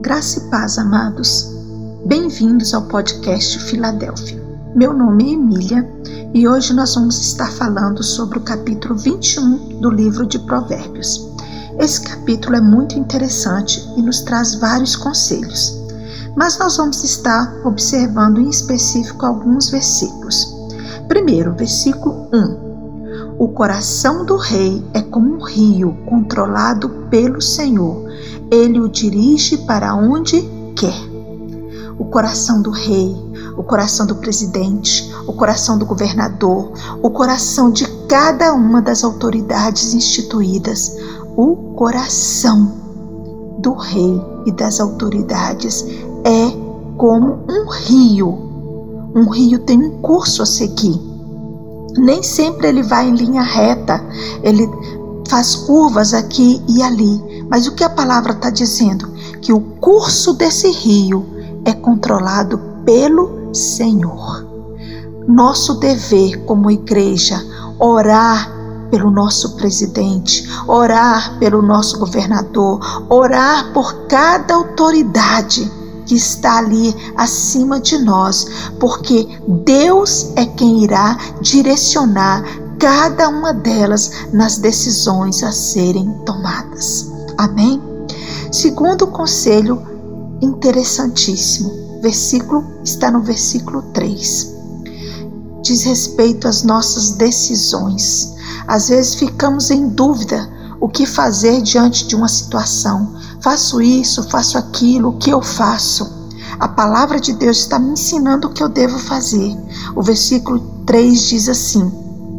Graça e paz, amados. Bem-vindos ao podcast Filadélfia. Meu nome é Emília e hoje nós vamos estar falando sobre o capítulo 21 do livro de Provérbios. Esse capítulo é muito interessante e nos traz vários conselhos, mas nós vamos estar observando em específico alguns versículos. Primeiro, versículo 1. O coração do rei é como um rio controlado pelo Senhor. Ele o dirige para onde quer. O coração do rei, o coração do presidente, o coração do governador, o coração de cada uma das autoridades instituídas, o coração do rei e das autoridades é como um rio. Um rio tem um curso a seguir. Nem sempre ele vai em linha reta, ele faz curvas aqui e ali. Mas o que a palavra está dizendo? Que o curso desse rio é controlado pelo Senhor. Nosso dever como igreja, orar pelo nosso presidente, orar pelo nosso governador, orar por cada autoridade que está ali acima de nós, porque Deus é quem irá direcionar cada uma delas nas decisões a serem tomadas. Amém? Segundo conselho interessantíssimo, está no versículo 3. Diz respeito às nossas decisões. Às vezes ficamos em dúvida o que fazer diante de uma situação. Faço isso, faço aquilo, o que eu faço? A palavra de Deus está me ensinando o que eu devo fazer. O versículo 3 diz assim: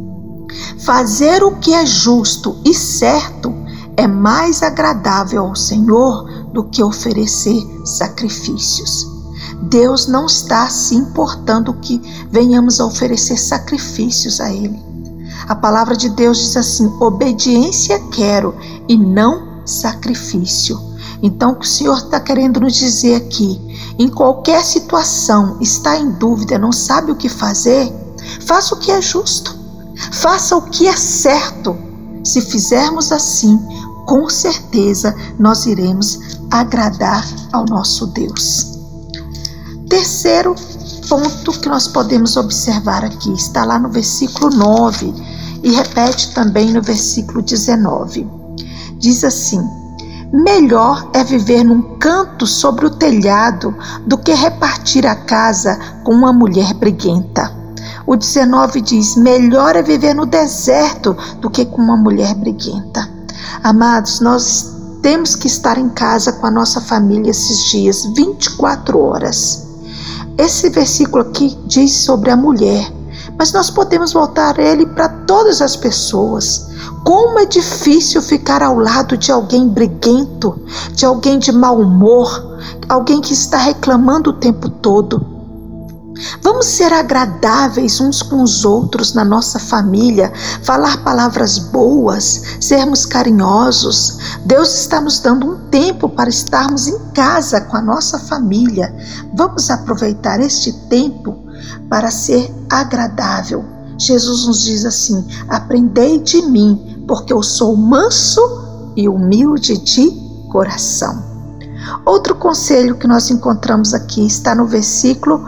fazer o que é justo e certo é mais agradável ao Senhor do que oferecer sacrifícios. Deus não está se importando que venhamos a oferecer sacrifícios a Ele. A palavra de Deus diz assim: obediência quero e não sacrifício. Então o que o Senhor está querendo nos dizer aqui, em qualquer situação, está em dúvida, não sabe o que fazer, faça o que é justo, faça o que é certo. Se fizermos assim, com certeza nós iremos agradar ao nosso Deus. Terceiro ponto que nós podemos observar aqui, está lá no versículo 9 e repete também no versículo 19. Diz assim: melhor é viver num canto sobre o telhado do que repartir a casa com uma mulher briguenta. O 19 diz: melhor é viver no deserto do que com uma mulher briguenta. Amados, nós temos que estar em casa com a nossa família esses dias, 24 horas. Esse versículo aqui diz sobre a mulher, mas nós podemos voltar ele para todas as pessoas. Como é difícil ficar ao lado de alguém briguento, de alguém de mau humor, alguém que está reclamando o tempo todo. Vamos ser agradáveis uns com os outros na nossa família, falar palavras boas, sermos carinhosos. Deus está nos dando um tempo para estarmos em casa com a nossa família. Vamos aproveitar este tempo para ser agradável. Jesus nos diz assim: aprendei de mim, porque eu sou manso e humilde de coração. Outro conselho que nós encontramos aqui está no versículo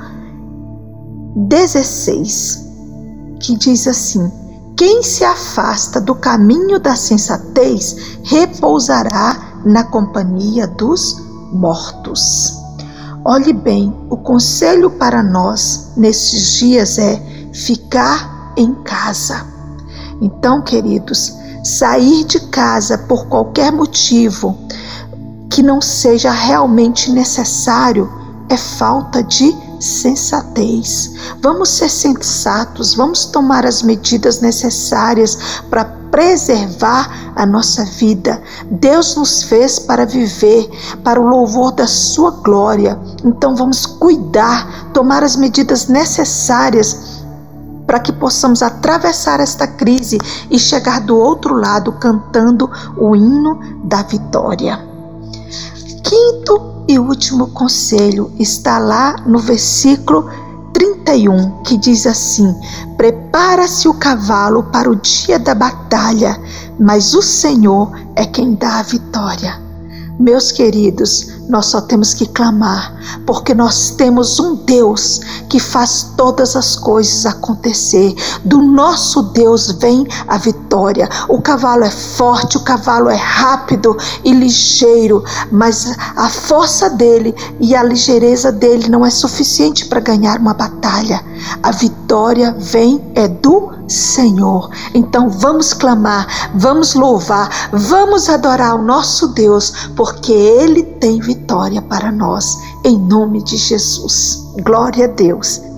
16, que diz assim: quem se afasta do caminho da sensatez repousará na companhia dos mortos. Olhe bem, o conselho para nós nesses dias é ficar em casa. Então, queridos, sair de casa por qualquer motivo que não seja realmente necessário é falta de sensatez. Vamos ser sensatos, vamos tomar as medidas necessárias para preservar a nossa vida. Deus nos fez para viver, para o louvor da sua glória. Então vamos cuidar, tomar as medidas necessárias para que possamos atravessar esta crise e chegar do outro lado cantando o hino da vitória. Quinto e último conselho está lá no versículo 31, que diz assim: prepara-se o cavalo para o dia da batalha, mas o Senhor é quem dá a vitória. Meus queridos, nós só temos que clamar, porque nós temos um Deus que faz todas as coisas acontecer. Do nosso Deus vem a vitória. O cavalo é forte, o cavalo é rápido e ligeiro, mas a força dele e a ligeireza dele não é suficiente para ganhar uma batalha. A vitória vem do Senhor. Então vamos clamar, vamos louvar, vamos adorar o nosso Deus, porque Ele tem vitória para nós, em nome de Jesus. Glória a Deus.